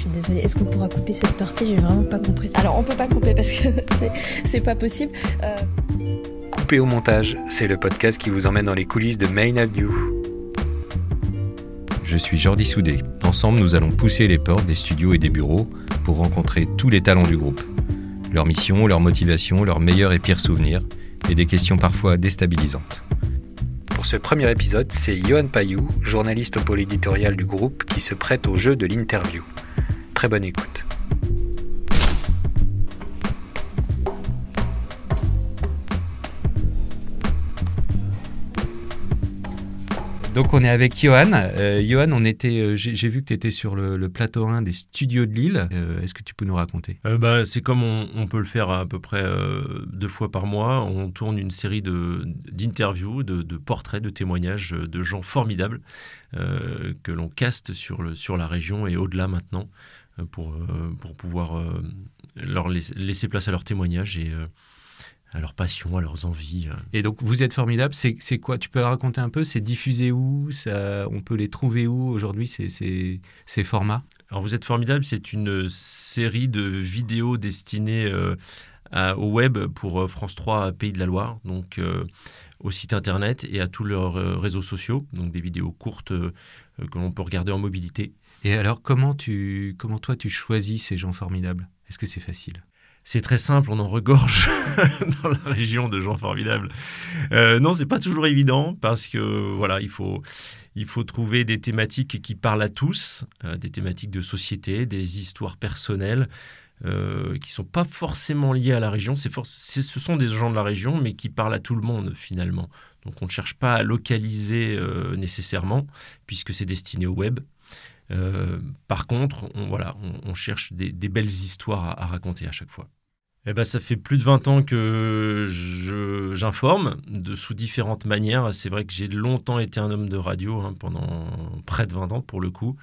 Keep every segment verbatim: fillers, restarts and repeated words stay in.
suis désolée. Est-ce qu'on pourra couper cette partie? J'ai vraiment pas compris. Alors, on peut pas couper parce que c'est, c'est pas possible. Euh... Coupé au montage, c'est le podcast qui vous emmène dans les coulisses de Main Avenue. Je suis Jordi Soudé. Ensemble, nous allons pousser les portes des studios et des bureaux pour rencontrer tous les talents du groupe. Leur mission, leur motivation, leurs meilleurs et pires souvenirs, et des questions parfois déstabilisantes. Pour ce premier épisode, c'est Yohan Payou, journaliste au pôle éditorial du groupe, qui se prête au jeu de l'interview. Très bonne écoute. Donc on est avec Yohan. Euh, Yohan, on était, euh, j'ai, j'ai vu que tu étais sur le, le plateau un des studios de Lille. Euh, est-ce que tu peux nous raconter ? euh, bah, C'est comme on, on peut le faire à peu près euh, deux fois par mois. On tourne une série de, d'interviews, de, de portraits, de témoignages de gens formidables euh, que l'on caste sur, le, sur la région et au-delà maintenant euh, pour, euh, pour pouvoir euh, leur laisser, laisser place à leurs témoignages et euh, à leurs passions, à leurs envies. Et donc, vous êtes formidable. C'est, c'est quoi ? Tu peux raconter un peu ? C'est diffusé où ? Ça, on peut les trouver où aujourd'hui, ces, ces, ces formats ? Alors, Vous êtes formidable, c'est une série de vidéos destinées euh, à, au web pour euh, France trois Pays de la Loire, donc euh, au site internet et à tous leurs euh, réseaux sociaux, donc des vidéos courtes euh, que l'on peut regarder en mobilité. Et alors, comment, tu, comment toi, tu choisis ces gens formidables ? Est-ce que c'est facile ? C'est très simple, on en regorge dans la région de gens formidables. Euh, non, c'est pas toujours évident parce que voilà, il faut, il faut trouver des thématiques qui parlent à tous, euh, des thématiques de société, des histoires personnelles euh, qui sont pas forcément liées à la région. C'est for- c'est, ce sont des gens de la région, mais qui parlent à tout le monde finalement. Donc on ne cherche pas à localiser euh, nécessairement, puisque c'est destiné au web. Euh, par contre, on, voilà, on, on cherche des, des belles histoires à, à raconter à chaque fois. Eh ben, ça fait plus de vingt ans que je, j'informe de, sous différentes manières. C'est vrai que j'ai longtemps été un homme de radio, hein, pendant près de vingt ans pour le coup,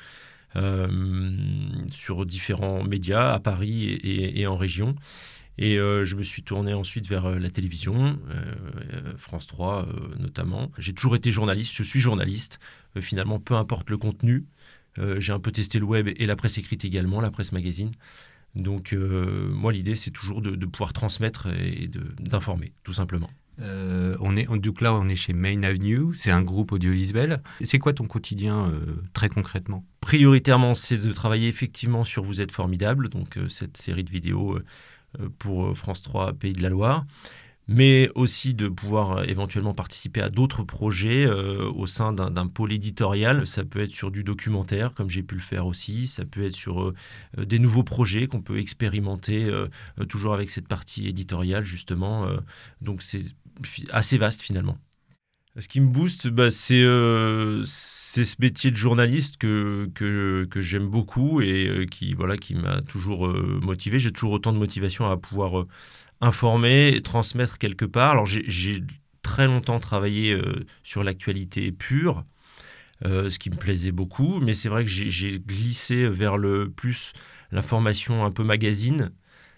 euh, sur différents médias à Paris et, et, et en région. Et euh, je me suis tourné ensuite vers euh, la télévision, euh, France trois euh, notamment. J'ai toujours été journaliste, je suis journaliste. Euh, finalement, peu importe le contenu. Euh, j'ai un peu testé le web et la presse écrite également, la presse magazine. Donc, euh, moi, l'idée, c'est toujours de, de pouvoir transmettre et de, d'informer, tout simplement. Euh, on est, donc là, on est chez Main Avenue, c'est un groupe audiovisuel. C'est quoi ton quotidien, euh, très concrètement ? Prioritairement, c'est de travailler effectivement sur Vous êtes formidable, donc euh, cette série de vidéos euh, pour France trois Pays de la Loire, mais aussi de pouvoir euh, éventuellement participer à d'autres projets euh, au sein d'un, d'un pôle éditorial. Ça peut être sur du documentaire, comme j'ai pu le faire aussi. Ça peut être sur euh, des nouveaux projets qu'on peut expérimenter, euh, euh, toujours avec cette partie éditoriale, justement. Euh, donc, c'est assez vaste, finalement. Ce qui me booste, bah, c'est, euh, c'est ce métier de journaliste que, que, que j'aime beaucoup et euh, qui, voilà, qui m'a toujours euh, motivé. J'ai toujours autant de motivation à pouvoir euh, informer et transmettre quelque part. Alors, j'ai, j'ai très longtemps travaillé euh, sur l'actualité pure, euh, ce qui me plaisait beaucoup, mais c'est vrai que j'ai, j'ai glissé vers le plus l'information un peu magazine,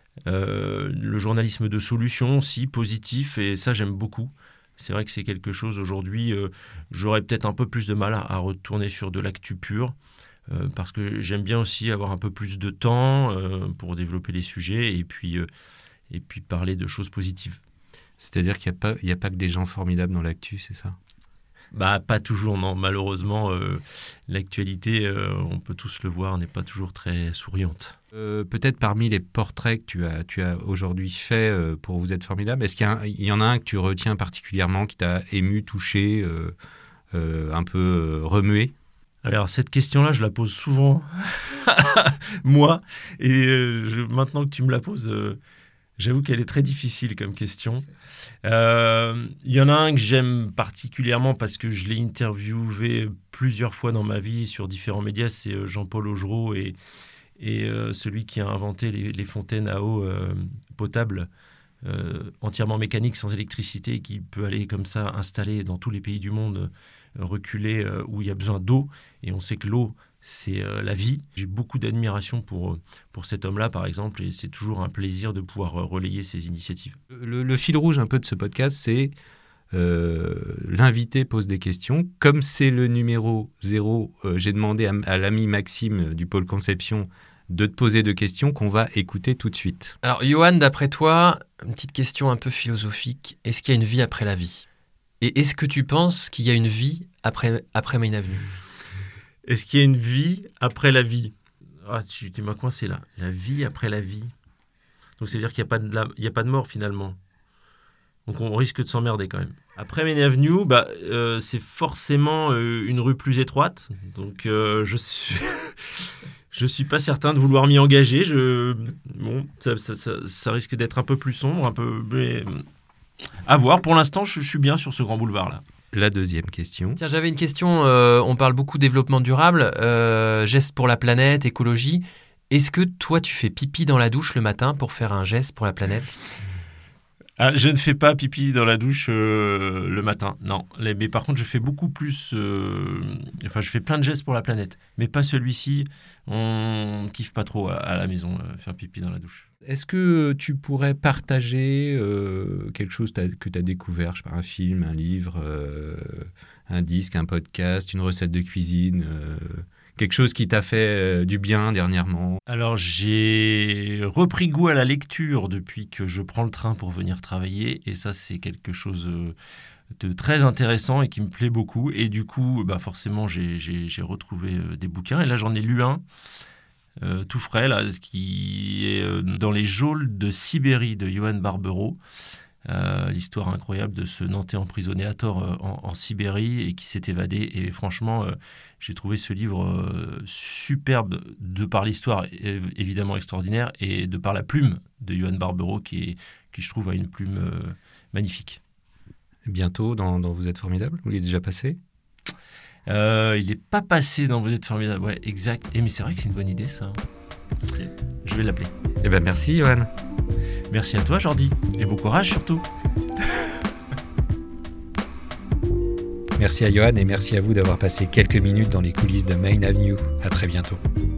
euh, le journalisme de solution aussi, positif, et ça, j'aime beaucoup. C'est vrai que c'est quelque chose aujourd'hui, euh, j'aurais peut-être un peu plus de mal à, à retourner sur de l'actu pure, euh, parce que j'aime bien aussi avoir un peu plus de temps euh, pour développer les sujets et puis, euh, et puis parler de choses positives. C'est-à-dire qu'il n'y a pas, il y a pas que des gens formidables dans l'actu, c'est ça ? Bah, pas toujours, non. Malheureusement, euh, l'actualité, euh, on peut tous le voir, n'est pas toujours très souriante. Euh, peut-être parmi les portraits que tu as, tu as aujourd'hui faits euh, pour Vous êtes formidable, est-ce qu'il y, a un, il y en a un que tu retiens particulièrement, qui t'a ému, touché, euh, euh, un peu euh, remué ? Alors, cette question-là, je la pose souvent, moi, et euh, je, maintenant que tu me la poses, euh, j'avoue qu'elle est très difficile comme question. Il euh, y en a un que j'aime particulièrement parce que je l'ai interviewé plusieurs fois dans ma vie sur différents médias, c'est Jean-Paul Augereau et, et euh, celui qui a inventé les, les fontaines à eau euh, potable, euh, entièrement mécaniques, sans électricité, et qui peut aller comme ça installer dans tous les pays du monde, euh, reculer euh, où il y a besoin d'eau. Et on sait que l'eau, c'est euh, la vie. J'ai beaucoup d'admiration pour, pour cet homme-là, par exemple, et c'est toujours un plaisir de pouvoir euh, relayer ses initiatives. Le, le fil rouge un peu de ce podcast, c'est euh, l'invité pose des questions. Comme c'est le numéro zéro, euh, j'ai demandé à, à l'ami Maxime du pôle conception de te poser deux questions qu'on va écouter tout de suite. Alors, Johan, d'après toi, une petite question un peu philosophique. Est-ce qu'il y a une vie après la vie ? Et est-ce que tu penses qu'il y a une vie après, après Main Avenue ? Est-ce qu'il y a une vie après la vie ? Ah, tu, tu m'as coincé là. La vie après la vie. Donc, ça veut dire qu'il n'y a pas de, la, il y a pas de mort finalement. Donc, on risque de s'emmerder quand même. Après Main Avenue, bah, euh, c'est forcément euh, une rue plus étroite. Donc, euh, je suis... je suis pas certain de vouloir m'y engager. Je... Bon, ça, ça, ça, ça risque d'être un peu plus sombre, un peu... Mais... À voir. Pour l'instant, je, je suis bien sur ce grand boulevard-là. La deuxième question. Tiens, j'avais une question. Euh, on parle beaucoup développement durable, euh, gestes pour la planète, écologie. Est-ce que toi, tu fais pipi dans la douche le matin pour faire un geste pour la planète ? Ah, je ne fais pas pipi dans la douche euh, le matin, non. Mais par contre, je fais beaucoup plus... Euh, enfin, je fais plein de gestes pour la planète. Mais pas celui-ci. On ne kiffe pas trop à, à la maison, euh, faire pipi dans la douche. Est-ce que tu pourrais partager euh, quelque chose que tu as découvert, je sais pas, un film, un livre, euh, un disque, un podcast, une recette de cuisine, euh, quelque chose qui t'a fait euh, du bien dernièrement ? Alors, j'ai repris goût à la lecture depuis que je prends le train pour venir travailler. Et ça, c'est quelque chose de très intéressant et qui me plaît beaucoup. Et du coup, bah forcément, j'ai, j'ai, j'ai retrouvé des bouquins. Et là, j'en ai lu un. Euh, tout frais, là, qui est euh, dans les geôles de Sibérie de Johan Barbero. Euh, l'histoire incroyable de ce Nantais emprisonné à tort euh, en, en Sibérie et qui s'est évadé. Et franchement, euh, j'ai trouvé ce livre euh, superbe de par l'histoire, é- évidemment extraordinaire, et de par la plume de Johan Barbero qui, est, qui je trouve, a une plume euh, magnifique. Bientôt dans, dans Vous êtes formidable, ou il est déjà passé ? Euh, il n'est pas passé dans Vous êtes formidable, ouais, exact. Et mais c'est vrai que c'est une bonne idée, ça. Okay. Je vais l'appeler. Eh ben merci, Johan. Merci à toi, Jordi. Et bon courage, surtout. Merci à Johan et merci à vous d'avoir passé quelques minutes dans les coulisses de Main Avenue. À très bientôt.